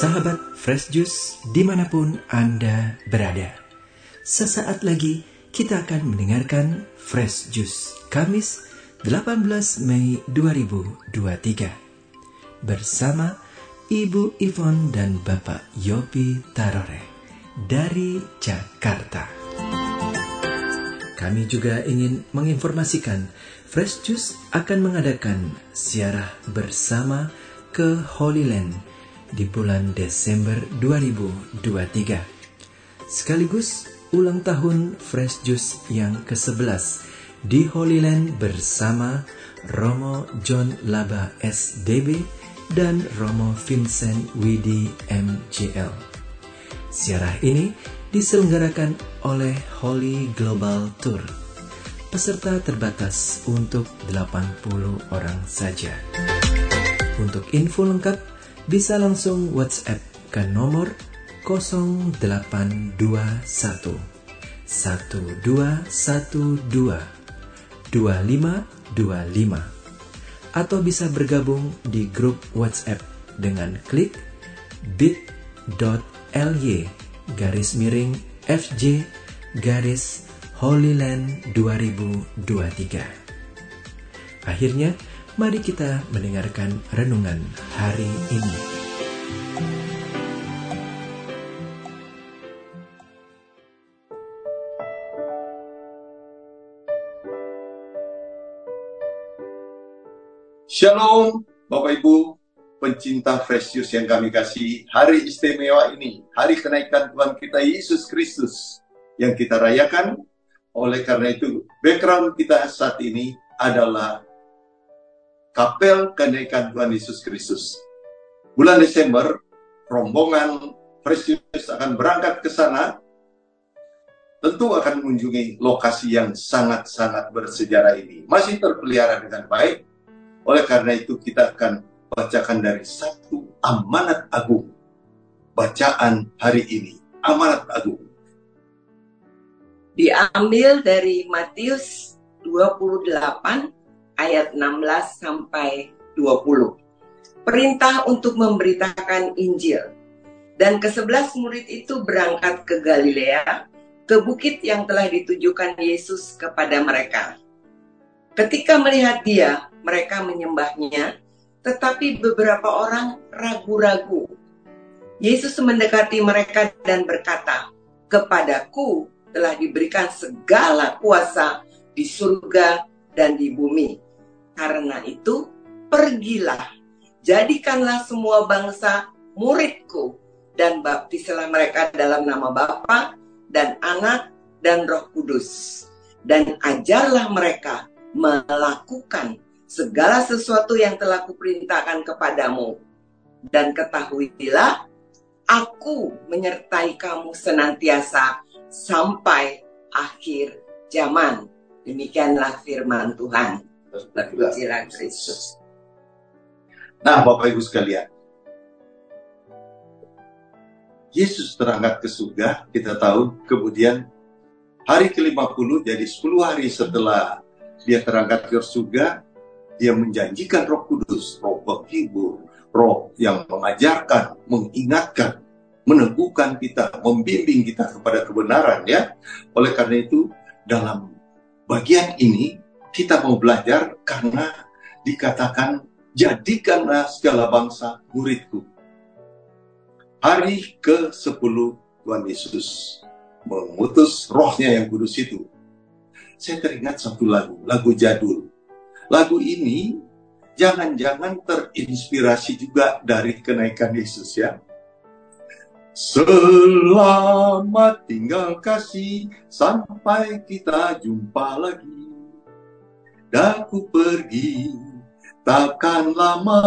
Sahabat Fresh Juice dimanapun Anda berada, sesaat lagi kita akan mendengarkan Fresh Juice Kamis 18 Mei 2023 bersama Ibu Ivon dan Bapak Yopi Tarore dari Jakarta. Kami juga ingin menginformasikan Fresh Juice akan mengadakan ziarah bersama ke Holy Land di bulan Desember 2023. Sekaligus ulang tahun Fresh Juice yang ke-11 di Holy Land bersama Romo John Laba SDB dan Romo Vincent Widi MJL. Ziarah ini diselenggarakan oleh Holy Global Tour. Peserta terbatas untuk 80 orang saja. Untuk info lengkap bisa langsung WhatsApp ke nomor 0821 1212 2525 atau bisa bergabung di grup WhatsApp dengan klik bit.ly/FJ-Holyland 2023. Akhirnya, mari kita mendengarkan renungan hari ini. Shalom, Bapak Ibu, pencinta Fresh Juice yang kami kasih. Hari istimewa ini, hari kenaikan Tuhan kita Yesus Kristus yang kita rayakan. Oleh karena itu, background kita saat ini adalah Kapel Kenaikan Tuhan Yesus Kristus. Bulan Desember, rombongan Fresh Juice akan berangkat ke sana. Tentu akan mengunjungi lokasi yang sangat-sangat bersejarah ini. Masih terpelihara dengan baik. Oleh karena itu kita akan bacakan dari satu amanat agung. Bacaan hari ini, amanat agung. Diambil dari Matius 28 ayat 16 sampai 20. Perintah untuk memberitakan Injil. Dan ke-11 murid itu berangkat ke Galilea, ke bukit yang telah ditujukan Yesus kepada mereka. Ketika melihat Dia, mereka menyembahnya, tetapi beberapa orang ragu-ragu. Yesus mendekati mereka dan berkata, "Kepadaku telah diberikan segala kuasa di surga dan di bumi. Karena itu, pergilah, jadikanlah semua bangsa muridku, dan baptislah mereka dalam nama Bapa dan Anak dan Roh Kudus. Dan ajarlah mereka melakukan segala sesuatu yang telah kuperintahkan kepadamu. Dan ketahuilah, aku menyertai kamu senantiasa sampai akhir zaman." Demikianlah firman Tuhan. Terpujilah Kristus. Nah, Bapak Ibu sekalian, Yesus terangkat ke surga, kita tahu. Kemudian hari ke-50, jadi 10 hari setelah Dia terangkat ke surga, Dia menjanjikan Roh Kudus, Roh penghibur, Roh yang mengajarkan, mengingatkan, meneguhkan kita, membimbing kita kepada kebenaran, ya. Oleh karena itu, dalam bagian ini kita mau belajar karena dikatakan, "Jadikanlah segala bangsa muridku." Hari ke-10 Tuhan Yesus mengutus Rohnya yang kudus itu. Saya teringat satu lagu jadul. Lagu ini jangan-jangan terinspirasi juga dari kenaikan Yesus, ya. Selamat tinggal kasih, sampai kita jumpa lagi. Daku pergi, takkan lama,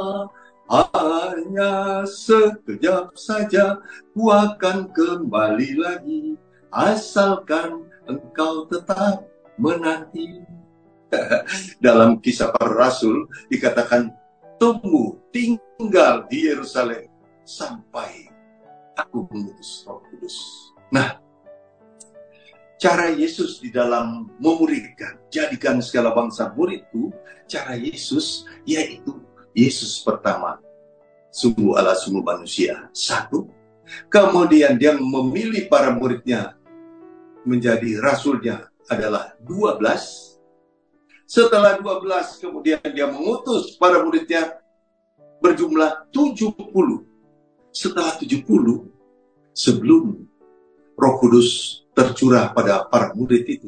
hanya sekejap saja, ku akan kembali lagi, asalkan engkau tetap menanti. Dalam Kisah Para Rasul dikatakan, tunggu, tinggal di Yerusalem sampai aku mengutus Roh Kudus. Nah, cara Yesus di dalam memuridkan, jadikan segala bangsa muridku, cara Yesus yaitu Yesus pertama sungguh Allah, sungguh manusia. Satu. Kemudian dia memilih para muridnya menjadi rasulnya adalah 12. Setelah 12, kemudian dia mengutus para muridnya berjumlah 70. Setelah 70, sebelum Roh Kudus tercurah pada para murid itu,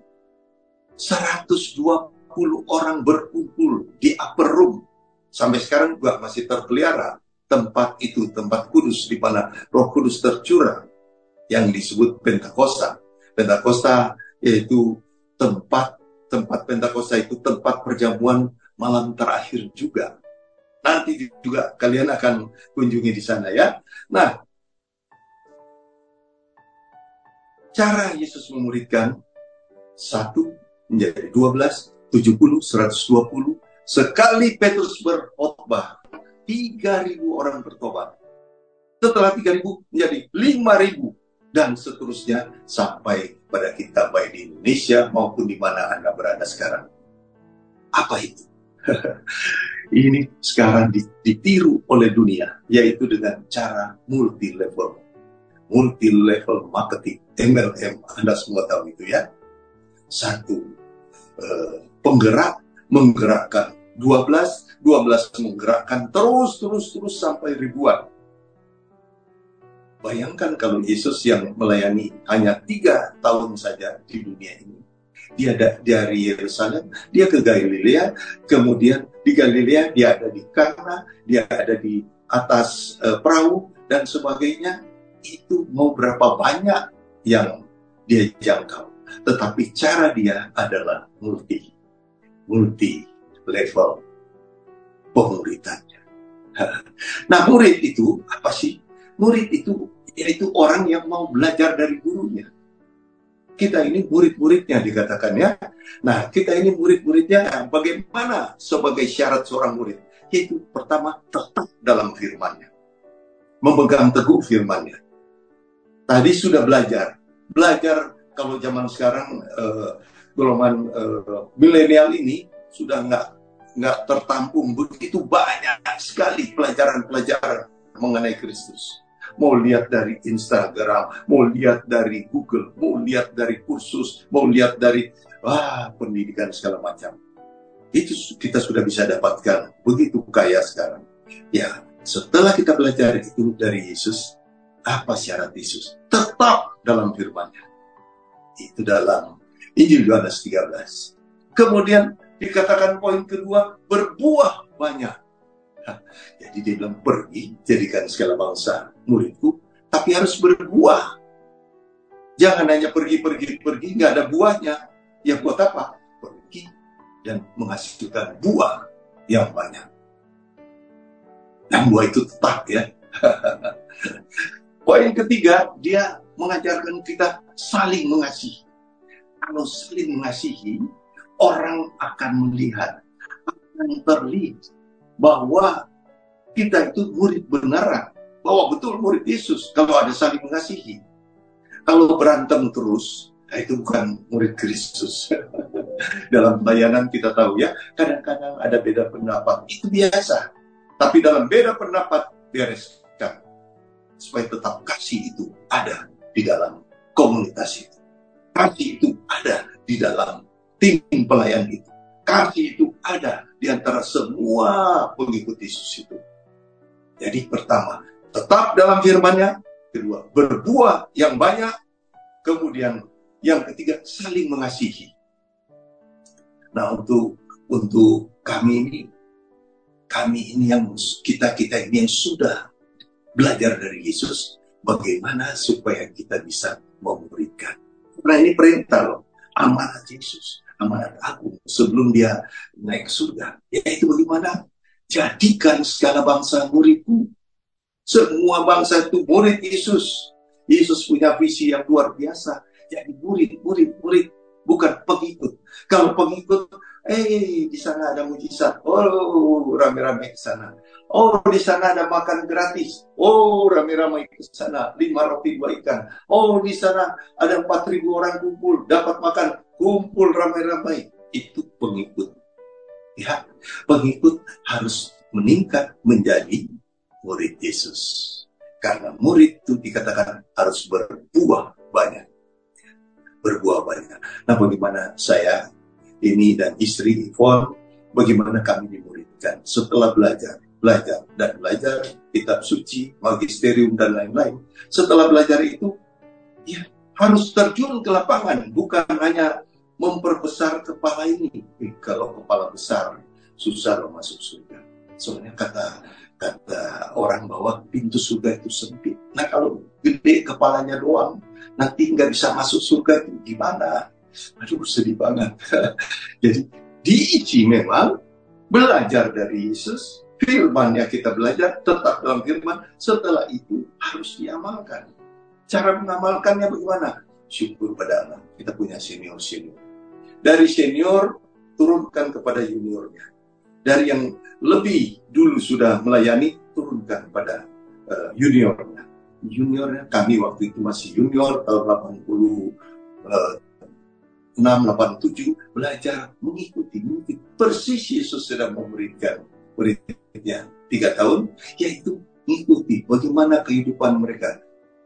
120 orang berkumpul di upper room. Sampai sekarang juga masih terpelihara tempat itu, tempat kudus di mana Roh Kudus tercurah, yang disebut Pentakosta. Pentakosta yaitu tempat Pentakosta itu tempat perjamuan malam terakhir juga. Nanti juga kalian akan kunjungi di sana ya. Nah, cara Yesus memuridkan, 1 menjadi 12, 70, 120. Sekali Petrus berkhotbah, 3.000 orang bertobat. Setelah 3.000 menjadi 5.000. Dan seterusnya sampai pada kita baik di Indonesia maupun di mana Anda berada sekarang. Apa itu? Ini sekarang ditiru oleh dunia, yaitu dengan cara multi-level marketing, MLM. Anda semua tahu itu ya. Satu, penggerak menggerakkan 12 menggerakkan terus sampai ribuan. Bayangkan kalau Yesus yang melayani hanya 3 tahun saja di dunia ini. Dia dari Yerusalem, dia ke Galilea, kemudian di Galilea dia ada di Kana, dia ada di atas perahu dan sebagainya. Itu mau berapa banyak yang dia jangkau. Tetapi cara dia adalah multi level pemuridannya. Nah, murid itu apa sih? Murid itu yaitu orang yang mau belajar dari gurunya. Kita ini murid-muridnya dikatakan ya. Nah, kita ini murid-muridnya. Bagaimana sebagai syarat seorang murid? Yaitu pertama, tetap dalam firman-Nya. Memegang teguh firman-Nya. Tadi sudah belajar kalau zaman sekarang golongan milenial ini sudah nggak tertampung begitu banyak sekali pelajaran mengenai Kristus. Mau lihat dari Instagram, mau lihat dari Google, mau lihat dari kursus, mau lihat dari pendidikan segala macam. Itu kita sudah bisa dapatkan begitu kaya sekarang. Ya, setelah kita belajar itu dari Yesus, apa syarat Yesus? Tetap dalam firman-Nya. Itu dalam Injil Yohanes 13. Kemudian dikatakan poin kedua, berbuah banyak. Jadi dia bilang, pergi, jadikan segala bangsa muridku, tapi harus berbuah. Jangan hanya pergi, nggak ada buahnya. Ya buat apa? Pergi dan menghasilkan buah yang banyak. Dan buah itu tetap ya. Poin ketiga, dia mengajarkan kita saling mengasihi. Kalau saling mengasihi, orang akan melihat, akan terlihat bahwa kita itu murid beneran, bahwa betul murid Yesus kalau ada saling mengasihi. Kalau berantem terus, itu bukan murid Kristus. Dalam pelayanan kita tahu ya, kadang-kadang ada beda pendapat, itu biasa. Tapi dalam beda pendapat, bereskan. Supaya tetap kasih itu ada di dalam komunitas itu. Kasih itu ada di dalam tim pelayan itu. Kasih itu ada di antara semua pengikut Yesus itu. Jadi pertama, tetap dalam firman-Nya. Kedua, berbuah yang banyak. Kemudian yang ketiga, saling mengasihi. Nah, untuk kami ini yang kita ini yang sudah belajar dari Yesus, bagaimana supaya kita bisa memuridkan. Nah, ini perintah loh, amanat Yesus. Amanat aku sebelum dia naik ke surga, yaitu bagaimana jadikan segala bangsa muridku. Semua bangsa itu murid Yesus. Yesus punya visi yang luar biasa. Jadi murid, bukan pengikut. Kalau pengikut, di sana ada mujizat, rame-rame ke sana. Oh, di sana ada makan gratis. Oh, rame-rame ke sana. 5 roti 2 ikan. Oh, di sana ada 4.000 orang kumpul, dapat makan. Kumpul ramai-ramai. Itu pengikut. Ya, pengikut harus meningkat menjadi murid Yesus. Karena murid itu dikatakan harus berbuah banyak. Berbuah banyak. Nah, bagaimana saya ini dan istri Yvonne, bagaimana kami dimuridkan setelah belajar kitab suci, magisterium dan lain-lain. Setelah belajar itu, ya harus terjun ke lapangan, bukan hanya memperbesar kepala ini. Kalau kepala besar, susah loh masuk surga. Soalnya kata orang bahwa pintu surga itu sempit. Nah, kalau gede kepalanya doang, nanti nggak bisa masuk surga, gimana? Aduh, sedih banget. Jadi diici memang belajar dari Yesus, firman-Nya kita belajar, tetap dalam firman, setelah itu harus diamalkan. Cara mengamalkannya bagaimana? Syukur pada Allah, kita punya senior-senior. Dari senior, turunkan kepada juniornya. Dari yang lebih dulu sudah melayani, turunkan pada juniornya. Juniornya, kami waktu itu masih junior, tahun 86-87, belajar mengikuti. Persis Yesus sedang memberikan muridnya 3 tahun, yaitu mengikuti bagaimana kehidupan mereka.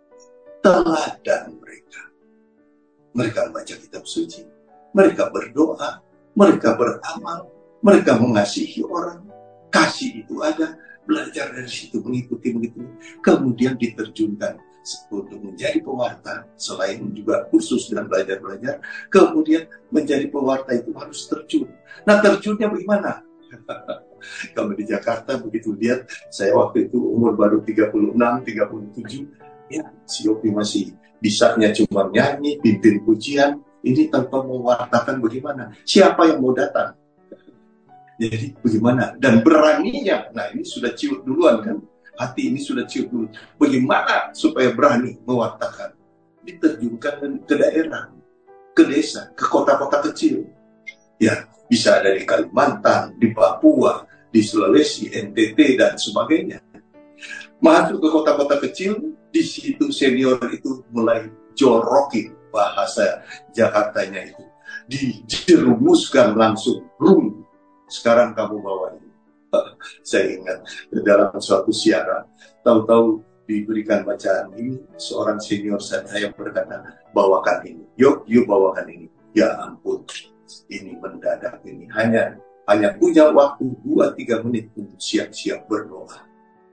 Teladan mereka. Mereka membaca kitab suci, mereka berdoa, mereka beramal, mereka mengasihi orang. Kasih itu ada, belajar dari situ, mengikuti. Kemudian diterjunkan untuk menjadi pewarta, selain juga kursus dan belajar. Kemudian menjadi pewarta itu harus terjun. Nah, terjunnya bagaimana? Kalau di Jakarta begitu lihat, saya waktu itu umur baru 36-37, ya si Yopi masih bisanya cuma nyanyi, pimpin pujian, ini tanpa mewartakan bagaimana, siapa yang mau datang. Jadi bagaimana, dan beraninya, nah ini sudah ciut duluan kan, hati ini sudah ciut dulu, bagaimana supaya berani mewartakan, diterjunkan ke daerah, ke desa, ke kota-kota kecil, ya bisa dari Kalimantan, di Papua, di Sulawesi, NTT dan sebagainya. Masuk ke kota-kota kecil, di situ senior itu mulai jorokin bahasa Jakartanya itu, dijerumuskan langsung, sekarang kamu bawa ini. Saya ingat dalam suatu siaran, tahu-tahu diberikan bacaan ini, seorang senior saya berkata, bawakan ini, yuk bawakan ini. Ya ampun, ini mendadak ini, hanya punya waktu 2-3 menit untuk siap-siap berdoa.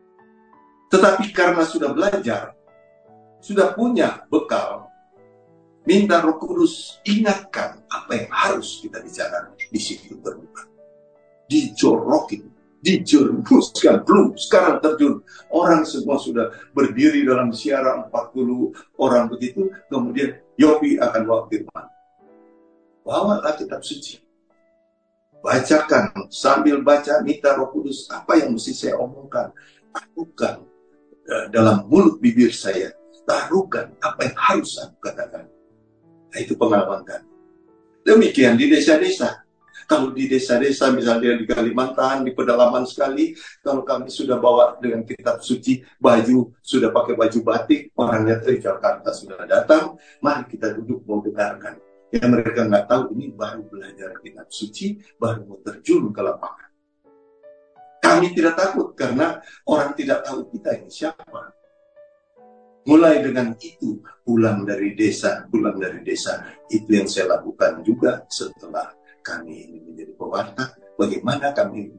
Tetapi karena sudah belajar, sudah punya bekal, minta Roh Kudus ingatkan apa yang harus kita bicarakan di situ berdoa. Dijorokin, dijerumuskan, belum sekarang terjun. Orang semua sudah berdiri dalam siaran 40 orang begitu, kemudian Yopi akan bawa firman. Bawalah kitab suci. Bacakan, sambil baca minta Roh Kudus, apa yang mesti saya omongkan. Taruhkan dalam mulut bibir saya, taruhkan apa yang harus aku katakan. Nah, itu pengalaman kami. Demikian di desa-desa. Kalau di desa-desa, misalnya di Kalimantan, di pedalaman sekali, kalau kami sudah bawa dengan kitab suci, baju, sudah pakai baju batik, orangnya dari Jakarta sudah datang, mari kita duduk mau dengarkan. Ya, mereka nggak tahu ini baru belajar kitab suci, baru mau terjun ke lapangan. Kami tidak takut karena orang tidak tahu kita ini siapa. Mulai dengan itu, pulang dari desa, itu yang saya lakukan juga setelah kami ini menjadi pewarta. Bagaimana kami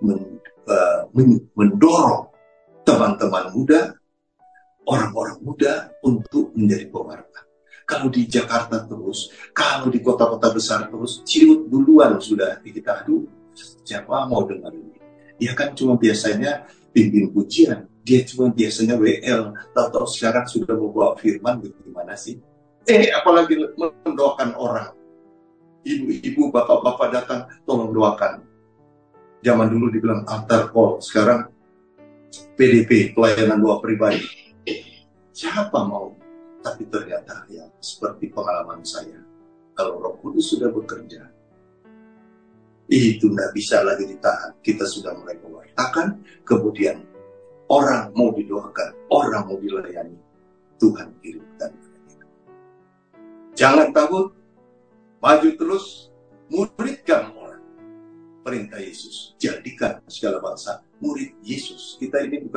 mendorong teman-teman muda, orang-orang muda untuk menjadi pewarta. Kalau di Jakarta terus, kalau di kota-kota besar terus, ciut duluan sudah kita, aduh, siapa mau dengar ini? Dia kan cuma biasanya pimpin pujian, dia cuma biasanya WL, tahu-tahu sekarang sudah membawa firman, bagaimana sih? Apalagi mendoakan orang. Ibu-ibu, bapak-bapak datang, tolong doakan. Zaman dulu dibilang altar call, sekarang PDP, pelayanan doa pribadi. Siapa mau? Tapi ternyata ya seperti pengalaman saya, kalau Roh Kudus sudah bekerja, itu nggak bisa lagi ditahan. Kita sudah mulai mewartakan, kemudian orang mau didoakan, orang mau dilayani, Tuhan kirimkan. Jangan takut, maju terus, muridkan orang. Perintah Yesus, jadikan segala bangsa murid Yesus. Kita ini bukan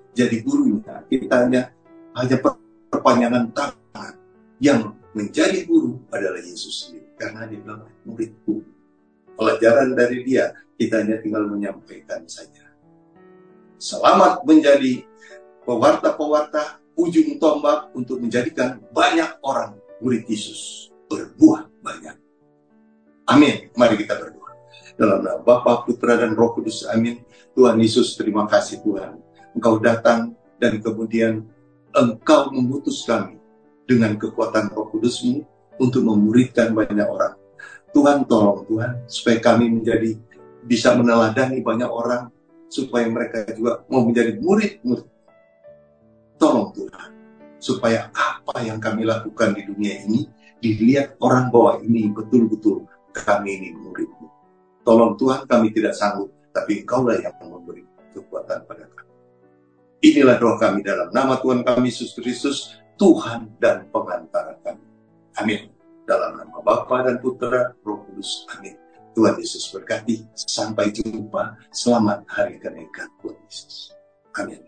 jadi gurunya. Kita hanya perpanjangan tangan. Yang menjadi guru adalah Yesus sendiri. Karena dia bilang, muridku. Pelajaran dari dia, kita hanya tinggal menyampaikan saja. Selamat menjadi pewarta-pewarta ujung tombak untuk menjadikan banyak orang murid Yesus. Berbuah banyak. Amin. Mari kita berdoa. Dalam nama Bapa, Putra, dan Roh Kudus. Amin. Tuhan Yesus, terima kasih Tuhan. Engkau datang dan kemudian Engkau mengutus kami dengan kekuatan Roh Kudus-Mu untuk memuridkan banyak orang. Tuhan, tolong Tuhan, supaya kami bisa meneladani banyak orang, supaya mereka juga mau menjadi murid-murid. Tolong Tuhan, supaya apa yang kami lakukan di dunia ini, dilihat orang bahwa ini betul-betul kami ini murid-Mu. Tolong Tuhan, kami tidak sanggup, tapi Engkaulah yang memberi kekuatan pada kami. Inilah doa kami dalam nama Tuhan kami Yesus Kristus, Tuhan dan pengantara kami. Amin. Dalam nama Bapa dan Putra, Roh Kudus. Amin. Tuhan Yesus berkati. Sampai jumpa. Selamat hari kenaikan Tuhan Yesus. Amin.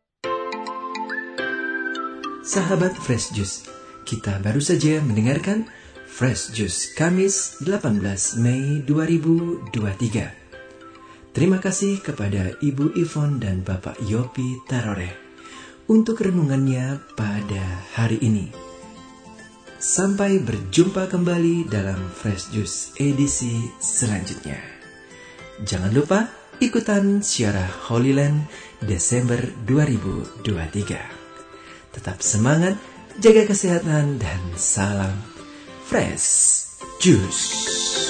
Sahabat Fresh Juice, kita baru saja mendengarkan Fresh Juice Kamis 18 Mei 2023. Terima kasih kepada Ibu Ivon dan Bapak Yopi Tarore untuk renungannya pada hari ini. Sampai berjumpa kembali dalam Fresh Juice edisi selanjutnya. Jangan lupa ikutan Syarah Holy Land Desember 2023. Tetap semangat, jaga kesehatan, dan salam Fresh Juice.